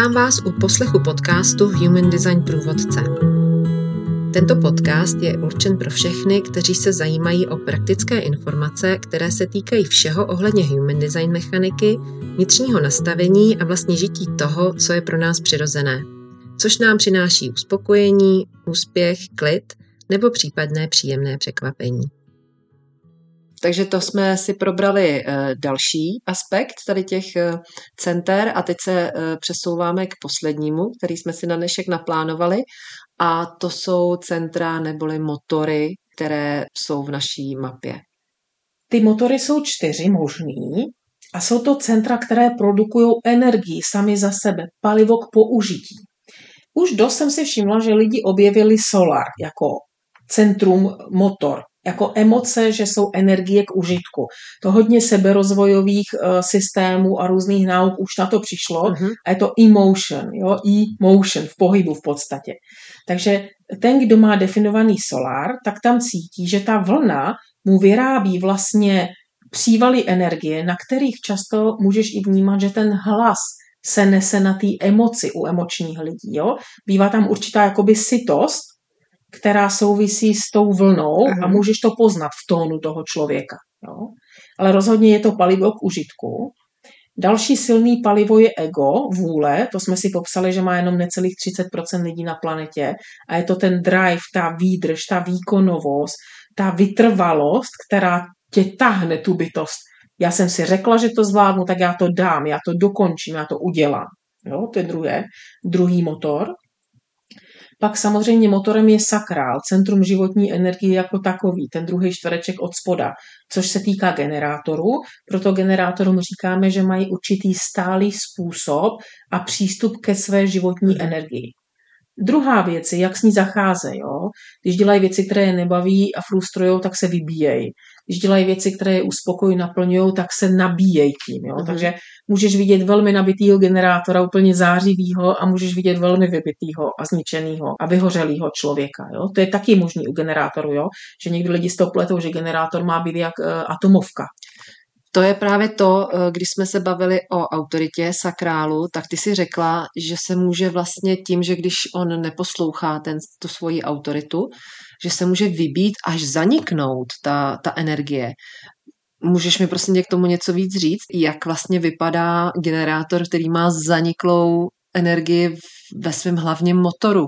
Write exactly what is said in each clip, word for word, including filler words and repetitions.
Vítám vás u poslechu podcastu Human Design Průvodce. Tento podcast je určen pro všechny, kteří se zajímají o praktické informace, které se týkají všeho ohledně Human Design mechaniky, vnitřního nastavení a vlastně žití toho, co je pro nás přirozené, což nám přináší uspokojení, úspěch, klid nebo případné příjemné překvapení. Takže to jsme si probrali další aspekt tady těch center a teď se přesouváme k poslednímu, který jsme si na dnešek naplánovali, a to jsou centra neboli motory, které jsou v naší mapě. Ty motory jsou čtyři možný a jsou to centra, které produkují energii sami za sebe, palivo k použití. Už dost jsem si všimla, že lidi objevili solar jako centrum motor, jako emoce, že jsou energie k užitku. To hodně seberozvojových uh, systémů a různých nauk už na to přišlo uh-huh. a je to emotion, jo, e-motion, v pohybu v podstatě. Takže ten, kdo má definovaný solar, tak tam cítí, že ta vlna mu vyrábí vlastně přívaly energie, na kterých často můžeš i vnímat, že ten hlas se nese na té emoci u emočních lidí. Jo? Bývá tam určitá jakoby sytost, která souvisí s tou vlnou a můžeš to poznat v tónu toho člověka. Jo? Ale rozhodně je to palivo k užitku. Další silný palivo je ego, vůle, to jsme si popsali, že má jenom necelých třicet procent lidí na planetě a je to ten drive, ta výdrž, ta výkonovost, ta vytrvalost, která tě tahne tu bytost. Já jsem si řekla, že to zvládnu, tak já to dám, já to dokončím, já to udělám. Jo? To je druhé, druhý motor. Pak samozřejmě motorem je sakrál, centrum životní energie jako takový, ten druhý čtvereček od spoda, což se týká generátorů. Proto generátorům říkáme, že mají určitý stálý způsob a přístup ke své životní energii. Druhá věc je, jak s ní zacházejí. Když dělají věci, které je nebaví a frustrujou, tak se vybíjejí. Když dělají věci, které je uspokojí, naplňují, tak se nabíjejí tím. Jo? Mm-hmm. Takže můžeš vidět velmi nabitýho generátora, úplně zářivýho, a můžeš vidět velmi vybitýho a zničenýho a vyhořelýho člověka. Jo? To je taky možný u generátoru, jo? Že někdy lidi s tou pletou, že generátor má být jak uh, atomovka. To je právě to, když jsme se bavili o autoritě sakrálu, tak ty si řekla, že se může vlastně tím, že když on neposlouchá ten, tu svoji autoritu, že se může vybít až zaniknout ta, ta energie. Můžeš mi prosím k tomu něco víc říct, jak vlastně vypadá generátor, který má zaniklou energii ve svém hlavním motoru?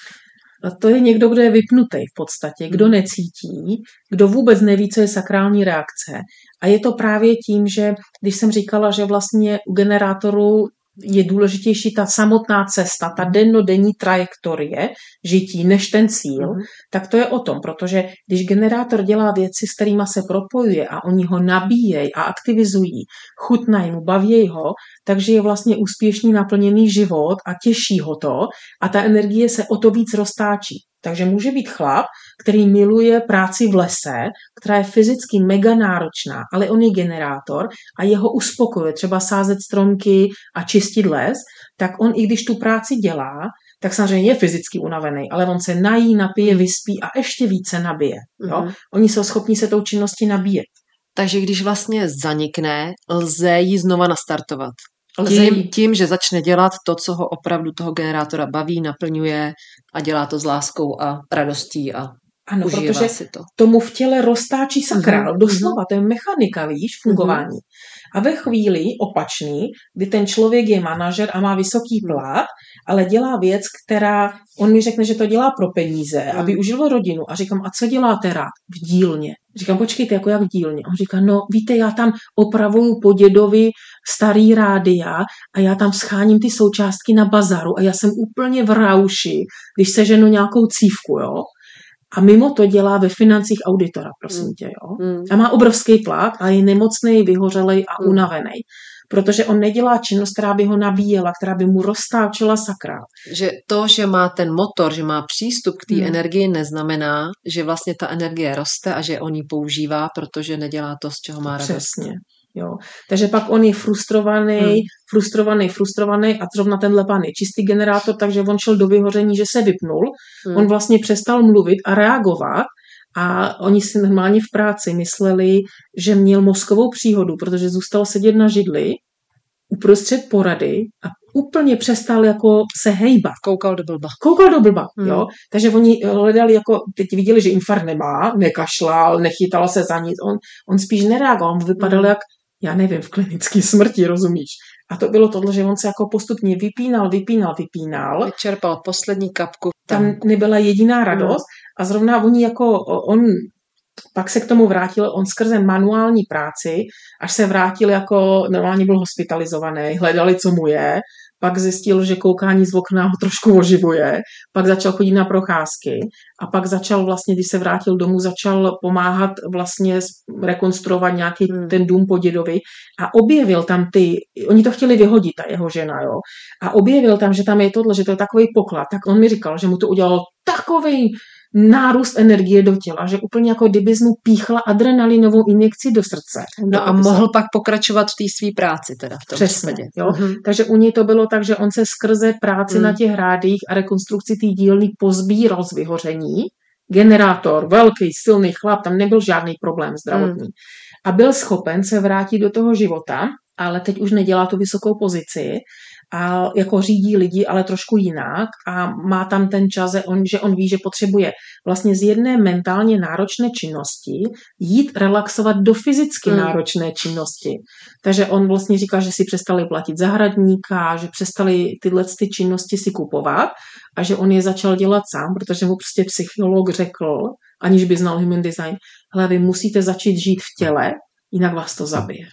A to je někdo, kdo je vypnutý v podstatě, kdo necítí, kdo vůbec neví, co je sakrální reakce. A je to právě tím, že když jsem říkala, že vlastně u generátorů je důležitější ta samotná cesta, ta dennodenní trajektorie žití, než ten cíl, mm. tak to je o tom, protože když generátor dělá věci, s kterými se propojuje a oni ho nabíjejí a aktivizují, chutnají mu, baví ho, takže je vlastně úspěšný naplněný život a těší ho to a ta energie se o to víc roztáčí. Takže může být chlap, který miluje práci v lese, která je fyzicky mega náročná, ale on je generátor a jeho uspokojuje třeba sázet stromky a čistit les, tak on i když tu práci dělá, tak samozřejmě je fyzicky unavený, ale on se nají, napije, vyspí a ještě více nabije. Jo? Mm-hmm. Oni jsou schopni se tou činností nabíjet. Takže když vlastně zanikne, lze ji znova nastartovat. Tím, tím, že začne dělat to, co ho opravdu toho generátora baví, naplňuje a dělá to s láskou a radostí a ano, užívá protože si to. Tomu v těle roztáčí sakrál, uh-huh. doslova, to je mechanika, víš, fungování. Uh-huh. A ve chvíli opačný, kdy ten člověk je manažer a má vysoký plat, ale dělá věc, která, on mi řekne, že to dělá pro peníze, uh-huh. aby uživil rodinu. A říkám, a co děláte rád? V dílně. Říkám, počkejte, jako jak v dílně? On říká, no víte, já tam opravuju po dědovi starý rádia a já tam scháním ty součástky na bazaru a já jsem úplně v rauši, když seženu nějakou cívku, jo. A mimo to dělá ve financích auditora, prosím tě, jo. Mm. A má obrovský plat a je nemocnej, vyhořelej a mm. unavený. Protože on nedělá činnost, která by ho nabíjela, která by mu roztáčela sakrál. Že to, že má ten motor, že má přístup k té mm. energii, neznamená, že vlastně ta energie roste a že on ji používá, protože nedělá to, z čeho má radost. Přesně. Jo. Takže pak on je frustrovaný, hmm. frustrovaný, frustrovaný a zrovna tenhle pán je čistý generátor, takže on šel do vyhoření, že se vypnul. Hmm. On vlastně přestal mluvit a reagovat a oni si normálně v práci mysleli, že měl mozkovou příhodu, protože zůstal sedět na židli uprostřed porady a úplně přestal jako se hejbat. Koukal do blba. Koukal do blba, hmm. jo. Takže oni hledali jako, teď viděli, že infarkt nemá, nekašlal, nechytal se za nic. On, on spíš nereagoval, on vypadal hmm. jak, já nevím, v klinické smrti, rozumíš? A to bylo tohle, že on se jako postupně vypínal, vypínal, vypínal. Vyčerpal poslední kapku. Tam, tam nebyla jediná radost hmm. a zrovna oni jako, on pak se k tomu vrátil, on skrze manuální práci, až se vrátil jako, normálně byl hospitalizovaný, hledali, co mu je, pak zjistil, že koukání z okna ho trošku oživuje, pak začal chodit na procházky a pak začal vlastně, když se vrátil domů, začal pomáhat vlastně rekonstruovat nějaký hmm. ten dům po dědovi a objevil tam ty, oni to chtěli vyhodit, ta jeho žena, jo, a objevil tam, že tam je tohle, že to je takový poklad, tak on mi říkal, že mu to udělalo takovej nárůst energie do těla, že úplně jako kdyby mu píchla adrenalinovou injekci do srdce. No a mohl pak pokračovat v té své práci teda v tom Přesně, případě. Jo? Mm-hmm. Takže u něj to bylo tak, že on se skrze práci mm. na těch hrádích a rekonstrukci té dílny pozbíral z vyhoření. Generátor, velký, silný chlap, tam nebyl žádný problém zdravotní. Mm. A byl schopen se vrátit do toho života, ale teď už nedělá tu vysokou pozici, a jako řídí lidi, ale trošku jinak a má tam ten čas, že on, že on ví, že potřebuje vlastně z jedné mentálně náročné činnosti jít relaxovat do fyzicky hmm. náročné činnosti. Takže on vlastně říká, že si přestali platit zahradníka, že přestali tyhle ty činnosti si kupovat a že on je začal dělat sám, protože mu prostě psycholog řekl, aniž by znal human design, hele, vy musíte začít žít v těle, jinak vás to zabije.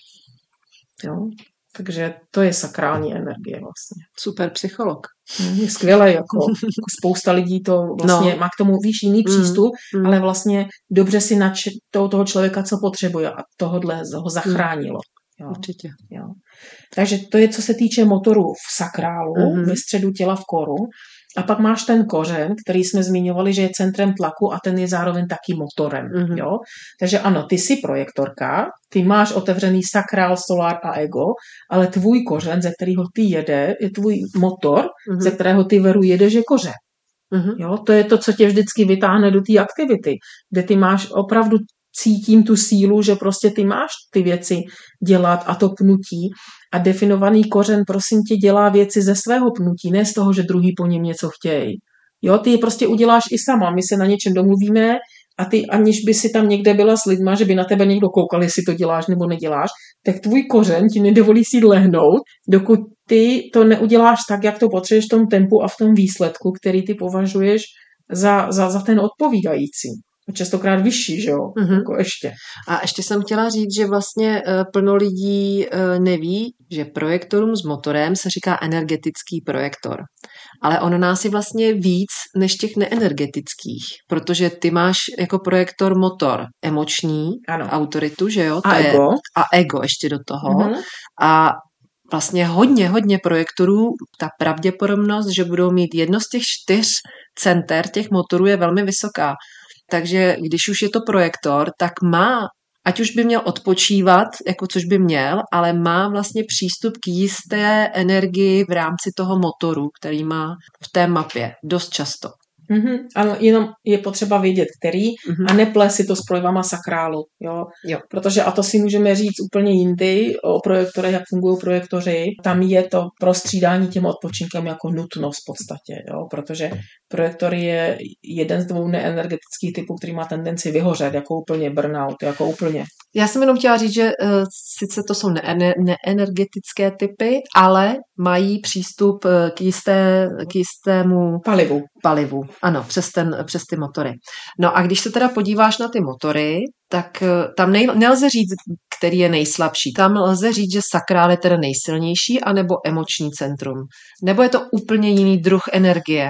Jo? Takže to je sakrální energie vlastně. Super psycholog. Je skvělé, jako spousta lidí to vlastně no. má k tomu, víš, jiný přístup, mm, mm. ale vlastně dobře si nač toho, toho člověka, co potřebuje a tohodle ho zachránilo. Jo. Určitě. Jo. Takže to je, co se týče motoru v sakrálu, mm-hmm. ve středu těla v koru. A pak máš ten kořen, který jsme zmiňovali, že je centrem tlaku a ten je zároveň taky motorem. Mm-hmm. Jo? Takže ano, ty jsi projektorka, ty máš otevřený sakrál, solar a ego, ale tvůj kořen, ze kterého ty jede, je tvůj motor, mm-hmm. ze kterého ty veru jedeš, je kořen. Mm-hmm. Jo? To je to, co tě vždycky vytáhne do té aktivity, kde ty máš opravdu cítím tu sílu, že prostě ty máš ty věci dělat a to pnutí a definovaný kořen prosím tě dělá věci ze svého pnutí, ne z toho, že druhý po něm něco chtějí. Jo, ty je prostě uděláš i sama, my se na něčem domluvíme a ty aniž by si tam někde byla s lidma, že by na tebe někdo koukal, jestli to děláš nebo neděláš, tak tvůj kořen ti nedovolí si lehnout, dokud ty to neuděláš tak, jak to potřebuješ v tom tempu a v tom výsledku, který ty považuješ za, za, za ten odpovídající. Častokrát vyšší, že jo, mm-hmm. jako ještě. A ještě jsem chtěla říct, že vlastně uh, plno lidí uh, neví, že projektorům s motorem se říká energetický projektor. Ale on nás je vlastně víc než těch neenergetických, protože ty máš jako projektor motor emoční, ano. autoritu, že jo? To a je, ego. A ego ještě do toho. Mm-hmm. A vlastně hodně, hodně projektorů, ta pravděpodobnost, že budou mít jedno z těch čtyř center těch motorů je velmi vysoká. Takže když už je to projektor, tak má, ať už by měl odpočívat, jako což by měl, ale má vlastně přístup k jisté energii v rámci toho motoru, který má v té mapě dost často. Mm-hmm. Ale jenom je potřeba vědět, který mm-hmm. a neplést si to s projevama sakrálu. Jo? Jo. Protože, a to si můžeme říct úplně jindy o projektorech, jak fungují projektoři, tam je to prostřídání těm odpočinkem jako nutnost v podstatě. Jo? Protože projektor je jeden z dvou neenergetických typů, který má tendenci vyhořet, jako úplně burnout, jako úplně. Já jsem jenom chtěla říct, že uh, sice to jsou ne- neenergetické typy, ale mají přístup k, jisté, k jistému palivu. palivu. Ano, přes, ten, přes ty motory. No a když se teda podíváš na ty motory, tak tam nej, nelze říct, který je nejslabší. Tam lze říct, že sakrál je teda nejsilnější, anebo emoční centrum. Nebo je to úplně jiný druh energie.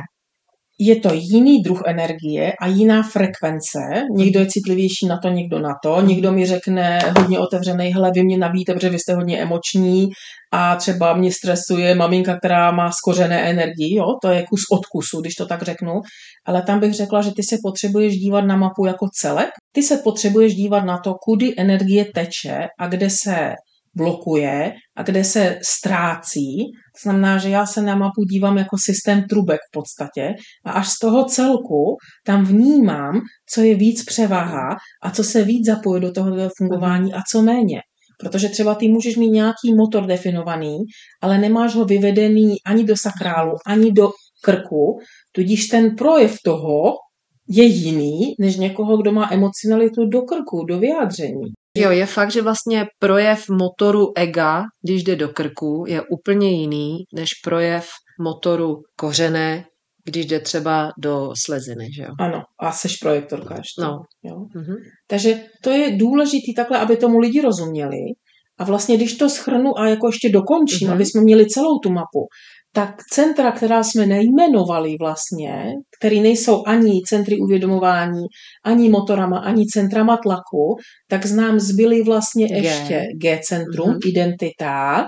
Je to jiný druh energie a jiná frekvence. Někdo je citlivější na to, někdo na to. Někdo mi řekne hodně otevřenej, hele, vy mě nabíjíte, protože vy jste hodně emoční a třeba mě stresuje maminka, která má skořené energii, jo, to je kus od kusu, když to tak řeknu. Ale tam bych řekla, že ty se potřebuješ dívat na mapu jako celek. Ty se potřebuješ dívat na to, kudy energie teče a kde se blokuje a kde se ztrácí. To znamená, že já se na mapu dívám jako systém trubek v podstatě a až z toho celku tam vnímám, co je víc převaha a co se víc zapojí do tohoto fungování a co méně. Protože třeba ty můžeš mít nějaký motor definovaný, ale nemáš ho vyvedený ani do sakrálu, ani do krku, tudíž ten projev toho je jiný, než někoho, kdo má emocionalitu do krku, do vyjádření. Jo, je fakt, že vlastně projev motoru ega, když jde do krku, je úplně jiný, než projev motoru kořené, když jde třeba do sleziny, že jo? Ano, a seš projektorka ještě. No. Jo? Mhm. Takže to je důležitý takhle, aby tomu lidi rozuměli. A vlastně, když to shrnu a jako ještě dokončím, Mhm. aby jsme měli celou tu mapu, tak centra, která jsme nejmenovali vlastně, které nejsou ani centry uvědomování, ani motorama, ani centrama tlaku, tak z nám zbyly vlastně G. ještě G-centrum, Mhm. identita,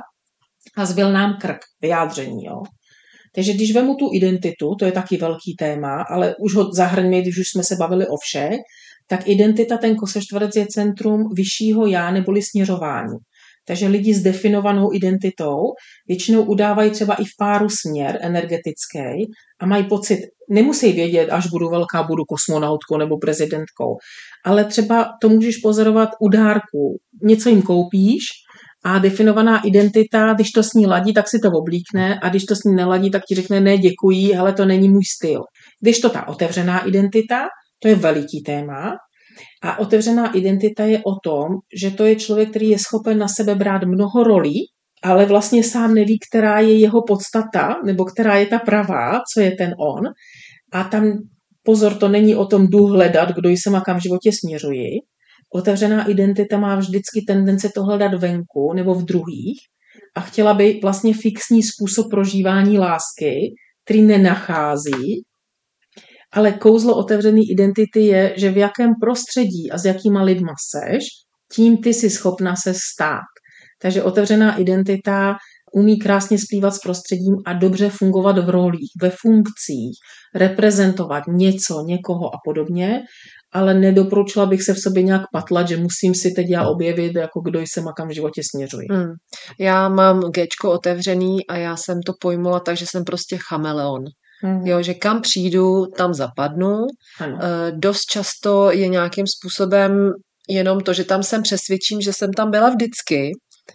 a zbyl nám krk, vyjádření. Jo. Takže když vemu tu identitu, to je taky velký téma, ale už ho zahrňme, když už jsme se bavili o vše, tak identita, ten kosečtverec je centrum vyššího já neboli směřování. Takže lidi s definovanou identitou většinou udávají třeba i v páru směr energetický a mají pocit, nemusí vědět, až budu velká, budu kosmonautkou nebo prezidentkou, ale třeba to můžeš pozorovat u dárků. Něco jim koupíš a definovaná identita, když to s ní ladí, tak si to oblíkne a když to s ní neladí, tak ti řekne ne, děkuji, hele, to není můj styl. Když to ta otevřená identita, to je veliký téma. A otevřená identita je o tom, že to je člověk, který je schopen na sebe brát mnoho rolí, ale vlastně sám neví, která je jeho podstata, nebo která je ta pravá, co je ten on. A tam, pozor, to není o tom jdu hledat, kdo jsem a kam v životě směřuji. Otevřená identita má vždycky tendence to hledat venku nebo v druhých a chtěla by vlastně fixní způsob prožívání lásky, který nenachází. Ale kouzlo otevřené identity je, že v jakém prostředí a s jakýma lidma seš, tím ty jsi schopna se stát. Takže otevřená identita umí krásně zpívat s prostředím a dobře fungovat v rolích, ve funkcích, reprezentovat něco, někoho a podobně, ale nedoporučila bych se v sobě nějak patlat, že musím si teď já objevit, jako kdo jsem a kam v životě směřuji. Hmm. Já mám Gčko otevřený a já jsem to pojmula tak, že jsem prostě chameleon. Hmm. Jo, že kam přijdu, tam zapadnu. Ano. E, dost často je nějakým způsobem jenom to, že tam jsem přesvědčím, že jsem tam byla vždycky.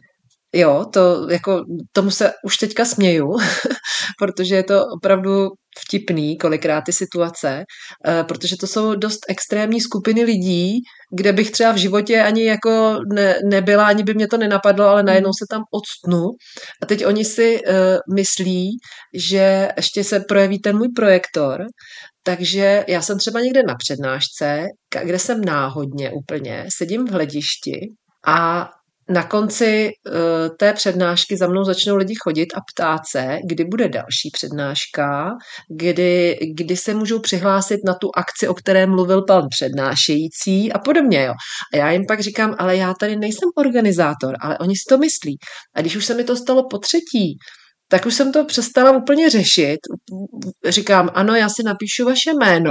Jo, to jako tomu se už teďka směju, protože je to opravdu vtipný, kolikrát ty situace, protože to jsou dost extrémní skupiny lidí, kde bych třeba v životě ani jako ne, nebyla, ani by mě to nenapadlo, ale najednou se tam odstnu. A teď oni si uh, myslí, že ještě se projeví ten můj projektor, takže já jsem třeba někde na přednášce, kde jsem náhodně úplně, sedím v hledišti a na konci uh, té přednášky za mnou začnou lidi chodit a ptát se, kdy bude další přednáška, kdy, kdy se můžou přihlásit na tu akci, o které mluvil pan přednášející a podobně. Jo. A já jim pak říkám, ale já tady nejsem organizátor, ale oni si to myslí. A když už se mi to stalo po třetí, tak už jsem to přestala úplně řešit. Říkám, ano, já si napíšu vaše jméno.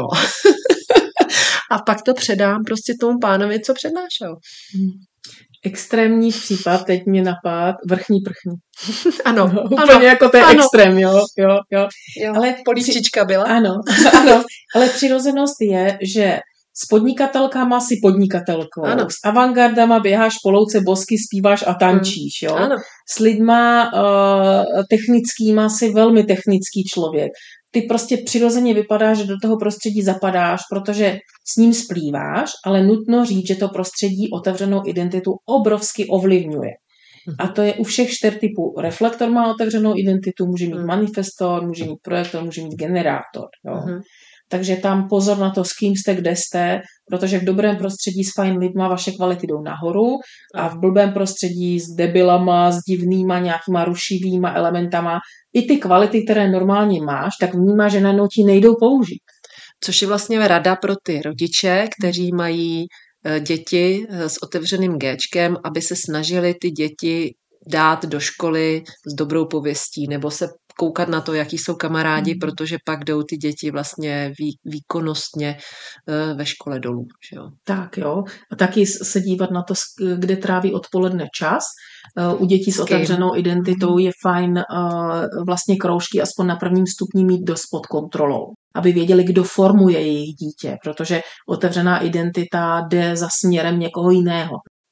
A pak to předám prostě tomu pánovi, co přednášel. Hmm. Extrémní případ, teď mě napad, vrchní prchní. Ano, no, ano. Úplně jako to je ano. extrém, jo, jo, jo. jo ale polívčička byla. Ano, ano, ale přirozenost je, že s podnikatelkama si podnikatelkou, ano. S avantgardama běháš po louce bosky, zpíváš a tančíš, jo. Ano. S lidma uh, technickýma si velmi technický člověk. Ty prostě přirozeně vypadá, že do toho prostředí zapadáš, protože s ním splýváš, ale nutno říct, že to prostředí otevřenou identitu obrovsky ovlivňuje. A to je u všech čtyř typů. Reflektor má otevřenou identitu, může mít manifestor, může mít projektor, může mít generátor. Jo. Uh-huh. Takže tam pozor na to, s kým jste, kde jste, protože v dobrém prostředí s fajn lidma vaše kvality jdou nahoru a v blbém prostředí s debilama, s divnýma, nějakýma rušivýma elementama i ty kvality, které normálně máš, tak vnímáš, že najednou ti nejdou použít. Což je vlastně rada pro ty rodiče, kteří mají děti s otevřeným Géčkem, aby se snažili ty děti dát do školy s dobrou pověstí, nebo se koukat na to, jaký jsou kamarádi, mm. protože pak jdou ty děti vlastně vý, výkonnostně ve škole dolů. Že jo? Tak jo. A taky se dívat na to, kde tráví odpoledne čas. U dětí s otevřenou identitou je fajn vlastně kroužky aspoň na prvním stupni mít dost pod kontrolou, aby věděli, kdo formuje jejich dítě, protože otevřená identita jde za směrem někoho jiného.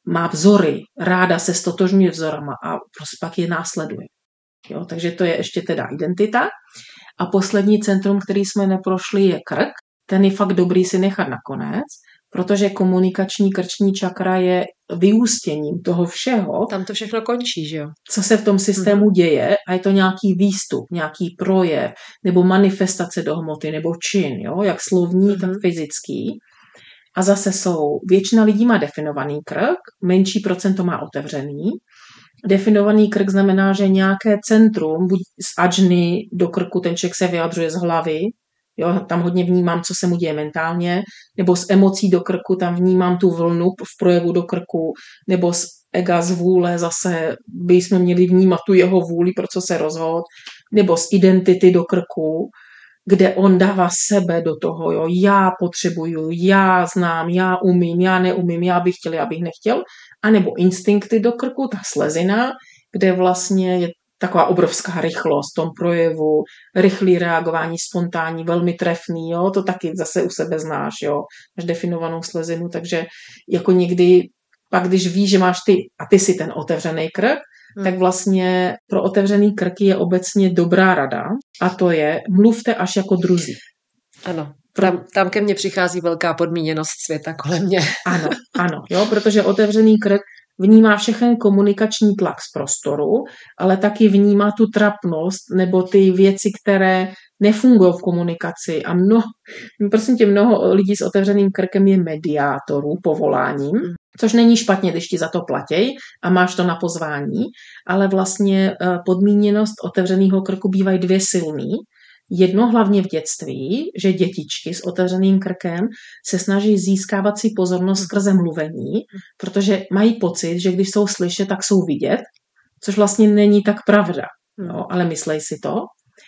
má vzory, ráda se stotožňuje vzorama a prostě pak je následuje. Jo, takže to je ještě teda identita. A poslední centrum, který jsme neprošli, je krk. Ten je fakt dobrý si nechat nakonec, protože komunikační krční čakra je vyústěním toho všeho. Tam to všechno končí, že jo? Co se v tom systému mm. děje a je to nějaký výstup, nějaký projev nebo manifestace do hmoty nebo čin, jo? Jak slovní, mm. tak fyzický. A zase jsou, většina lidí má definovaný krk, menší procento má otevřený. Definovaný krk znamená, že nějaké centrum, buď z adžny do krku, ten člověk se vyjadřuje z hlavy, jo, tam hodně vnímám, co se mu děje mentálně, nebo z emocí do krku, tam vnímám tu vlnu v projevu do krku, nebo z ega, z vůle, zase bychom měli vnímat tu jeho vůli, pro co se rozhodl, nebo z identity do krku, kde on dává sebe do toho, jo, já potřebuju, já znám, já umím, já neumím, já bych chtěl, já bych nechtěl, anebo instinkty do krku, ta slezina, kde vlastně je taková obrovská rychlost v tom projevu, rychlý reagování, spontánní, velmi trefný, jo, to taky zase u sebe znáš, jo, máš definovanou slezinu, takže jako někdy pak, když víš, že máš ty, a ty si ten otevřený krk, hmm. tak vlastně pro otevřený krky je obecně dobrá rada a to je, mluvte až jako druzí. Ano. Tam, tam ke mně přichází velká podmíněnost světa kolem mě. Ano, ano, jo, protože otevřený krk vnímá všechen komunikační tlak z prostoru, ale taky vnímá tu trapnost nebo ty věci, které nefungují v komunikaci. A mnoho, prosím tě, mnoho lidí s otevřeným krkem je mediátorů povoláním, což není špatně, když ti za to platí a máš to na pozvání, ale vlastně podmíněnost otevřeného krku bývají dvě silný. Jedno hlavně v dětství, že dětičky s otevřeným krkem se snaží získávat si pozornost skrze mluvení, protože mají pocit, že když jsou slyšet, tak jsou vidět, což vlastně není tak pravda, no, ale myslej si to.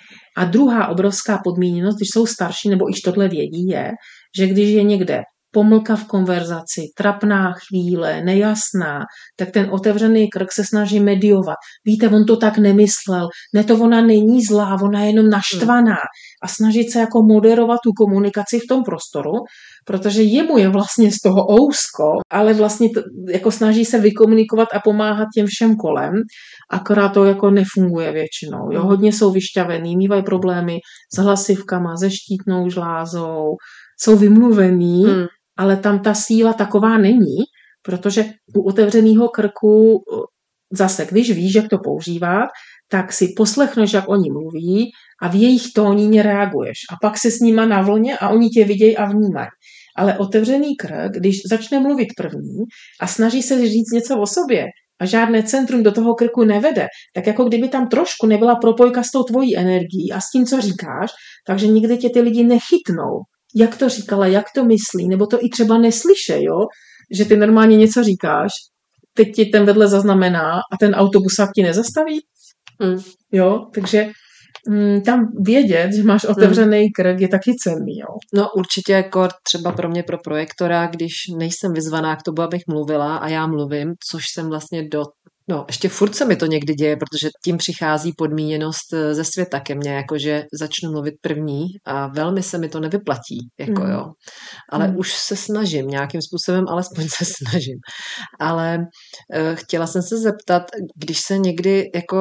A druhá obrovská podmíněnost, když jsou starší nebo iž tohle vědí, je, že když je někde pomlka v konverzaci, trapná chvíle, nejasná, tak ten otevřený krk se snaží mediovat. Víte, on to tak nemyslel, ne, to ona není zlá, ona je jenom naštvaná a snažit se jako moderovat tu komunikaci v tom prostoru, protože jemu je vlastně z toho ousko, ale vlastně to, jako snaží se vykomunikovat a pomáhat těm všem kolem, akorát to jako nefunguje většinou. Jo? Hodně jsou vyšťavený, mývají problémy s hlasivkama, se štítnou žlázou, jsou vymluvený, hmm. ale tam ta síla taková není, protože u otevřeného krku zase, když víš, jak to používat, tak si poslechneš, jak oni mluví a v jejich tónině reaguješ. A pak se s nima na vlně a oni tě vidějí a vnímají. Ale otevřený krk, když začne mluvit první a snaží se říct něco o sobě a žádné centrum do toho krku nevede, tak jako kdyby tam trošku nebyla propojka s tou tvojí energií a s tím, co říkáš, takže nikdy tě ty lidi nechytnou. Jak to říkala, jak to myslí, nebo to i třeba neslyše, jo? Že ty normálně něco říkáš, teď ti ten vedle zaznamená a ten autobusák ti nezastaví. Mm. Jo, takže mm, tam vědět, že máš otevřený mm. krk, je taky cenný, jo. No určitě jako třeba pro mě, pro projektora, když nejsem vyzvaná k tomu, abych mluvila a já mluvím, což jsem vlastně do No, ještě furt se mi to někdy děje, protože tím přichází podmíněnost ze světa ke mně, jakože začnu mluvit první a velmi se mi to nevyplatí, jako mm. jo. Ale mm. už se snažím, nějakým způsobem, alespoň se snažím. Ale uh, chtěla jsem se zeptat, když se někdy jako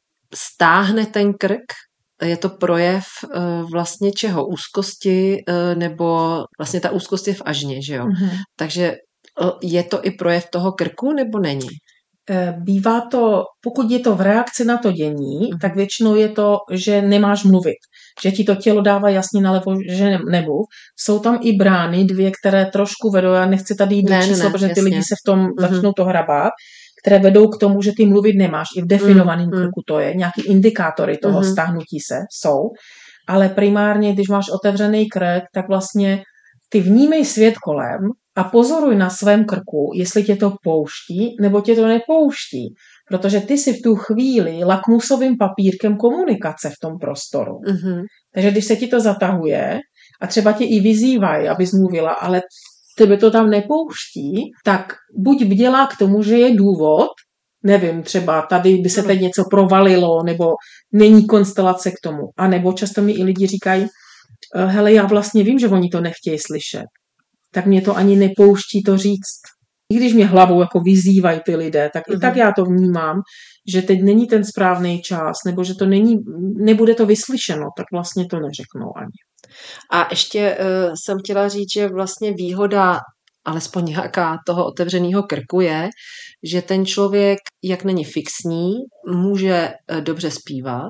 stáhne ten krk, je to projev uh, vlastně čeho? Úzkosti uh, nebo vlastně ta úzkost je v ažně, že jo? Mm. Takže uh, je to i projev toho krku nebo není? Bývá to, pokud je to v reakci na to dění, tak většinou je to, že nemáš mluvit. Že ti to tělo dává jasně nalevo, že nemluv. Jsou tam i brány, dvě, které trošku vedou, já nechci tady jít do číslo, protože ty lidi se v tom uh-huh. začnou to hrabat, které vedou k tomu, že ty mluvit nemáš. I v definovaném uh-huh. krku to je. Nějaký indikátory toho uh-huh. stáhnutí se jsou. Ale primárně, když máš otevřený krk, tak vlastně ty vnímej svět kolem a pozoruj na svém krku, jestli tě to pouští, nebo tě to nepouští. Protože ty si v tu chvíli lakmusovým papírkem komunikace v tom prostoru. Mm-hmm. Takže když se ti to zatahuje a třeba tě i vyzývají, abys mluvila, ale tebe to tam nepouští, tak buď bdělá k tomu, že je důvod, nevím, třeba tady by se teď něco provalilo, nebo není konstelace k tomu. A nebo často mi i lidi říkají, hele, já vlastně vím, že oni to nechtějí slyšet. Tak mě to ani nepouští to říct. I když mě hlavou jako vyzývají ty lidé, tak Mhm. i tak já to vnímám, že teď není ten správný čas, nebo že to není, nebude to vyslyšeno, tak vlastně to neřeknou ani. A ještě uh, jsem chtěla říct, že vlastně výhoda, alespoň nějaká toho otevřeného krku je, že ten člověk, jak není fixní, může uh, dobře zpívat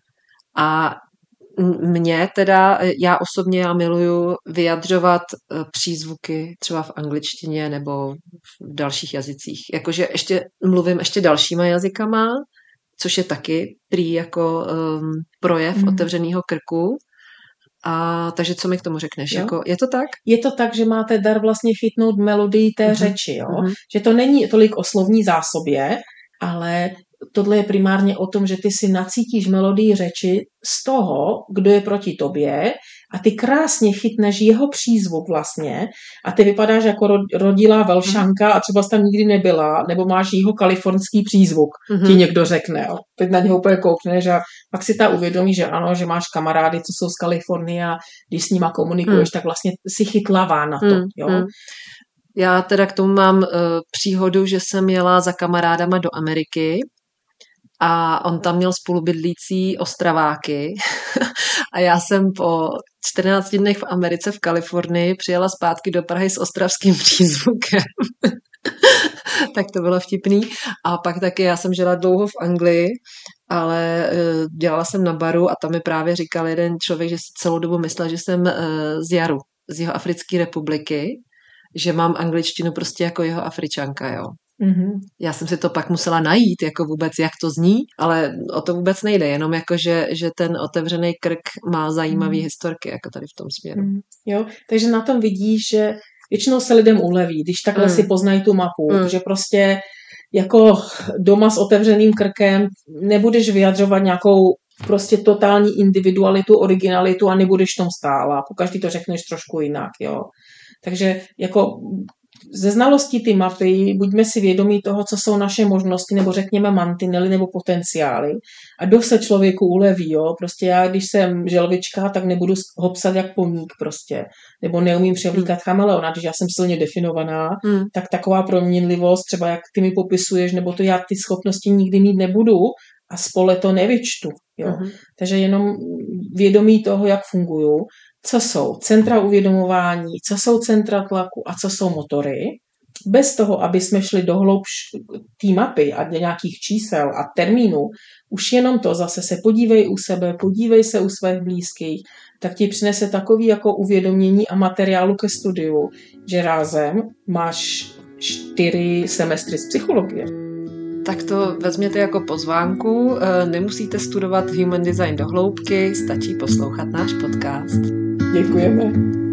a mě teda, já osobně já miluju vyjadřovat přízvuky třeba v angličtině nebo v dalších jazycích. Jakože ještě mluvím ještě dalšíma jazykama, což je taky prý jako um, projev mm. otevřeného krku. A takže co mi k tomu řekneš? Jako, je to tak? Je to tak, že máte dar vlastně chytnout melodii té mm. řeči, jo? Mm. Že to není tolik o slovní zásobě, ale tohle je primárně o tom, že ty si nacítíš melodii řeči z toho, kdo je proti tobě a ty krásně chytneš jeho přízvuk vlastně a ty vypadáš jako rodilá Velšanka a třeba jsi tam nikdy nebyla, nebo máš jeho kalifornský přízvuk, mm-hmm. ti někdo řekne. Jo. Teď na něho úplně koukneš a pak si ta uvědomí, že ano, že máš kamarády, co jsou z Kalifornie a když s nima komunikuješ, mm. tak vlastně si chytlavá na to. Mm. Jo. Mm. Já teda k tomu mám uh, příhodu, že jsem jela za kamarádama do Ameriky a on tam měl spolubydlící Ostraváky a já jsem po čtrnácti dnech v Americe v Kalifornii přijela zpátky do Prahy s ostravským přízvukem. Tak to bylo vtipný. A pak taky já jsem žila dlouho v Anglii, ale uh, dělala jsem na baru a tam mi právě říkal jeden člověk, že si celou dobu myslel, že jsem uh, z Jaru, z Jihoafrické republiky, že mám angličtinu prostě jako jeho Afričanka, jo. Mm-hmm. Já jsem si to pak musela najít, jako vůbec, jak to zní, ale o to vůbec nejde, jenom jako, že, že ten otevřený krk má zajímavý mm. historky, jako tady v tom směru. Mm. Jo, takže na tom vidíš, že většinou se lidem uleví, když takhle mm. si poznají tu mapu, mm. že prostě jako doma s otevřeným krkem nebudeš vyjadřovat nějakou prostě totální individualitu, originalitu a nebudeš v tom stála. Pokaždý to řekneš trošku jinak, jo. Takže jako ze znalostí ty mapy buďme si vědomí toho, co jsou naše možnosti, nebo řekněme mantinely nebo potenciály. A dost se člověku uleví, jo. Prostě já, když jsem želvička, tak nebudu hopsat jak pomník prostě. Nebo neumím převlíkat chameleona, když já jsem silně definovaná, hmm. tak taková proměnlivost, třeba jak ty mi popisuješ, nebo to já ty schopnosti nikdy mít nebudu a spole to nevyčtu, jo. Hmm. Takže jenom vědomí toho, jak funguju, co jsou centra uvědomování, co jsou centra tlaku a co jsou motory. Bez toho, aby jsme šli do hloubš té mapy a nějakých čísel a termínů, už jenom to zase se podívej u sebe, podívej se u svých blízkých, tak ti přinese takový jako uvědomění a materiálu ke studiu, že rázem máš čtyři semestry z psychologie. Tak to vezměte jako pozvánku, nemusíte studovat human design do hloubky, stačí poslouchat náš podcast. Děkujeme.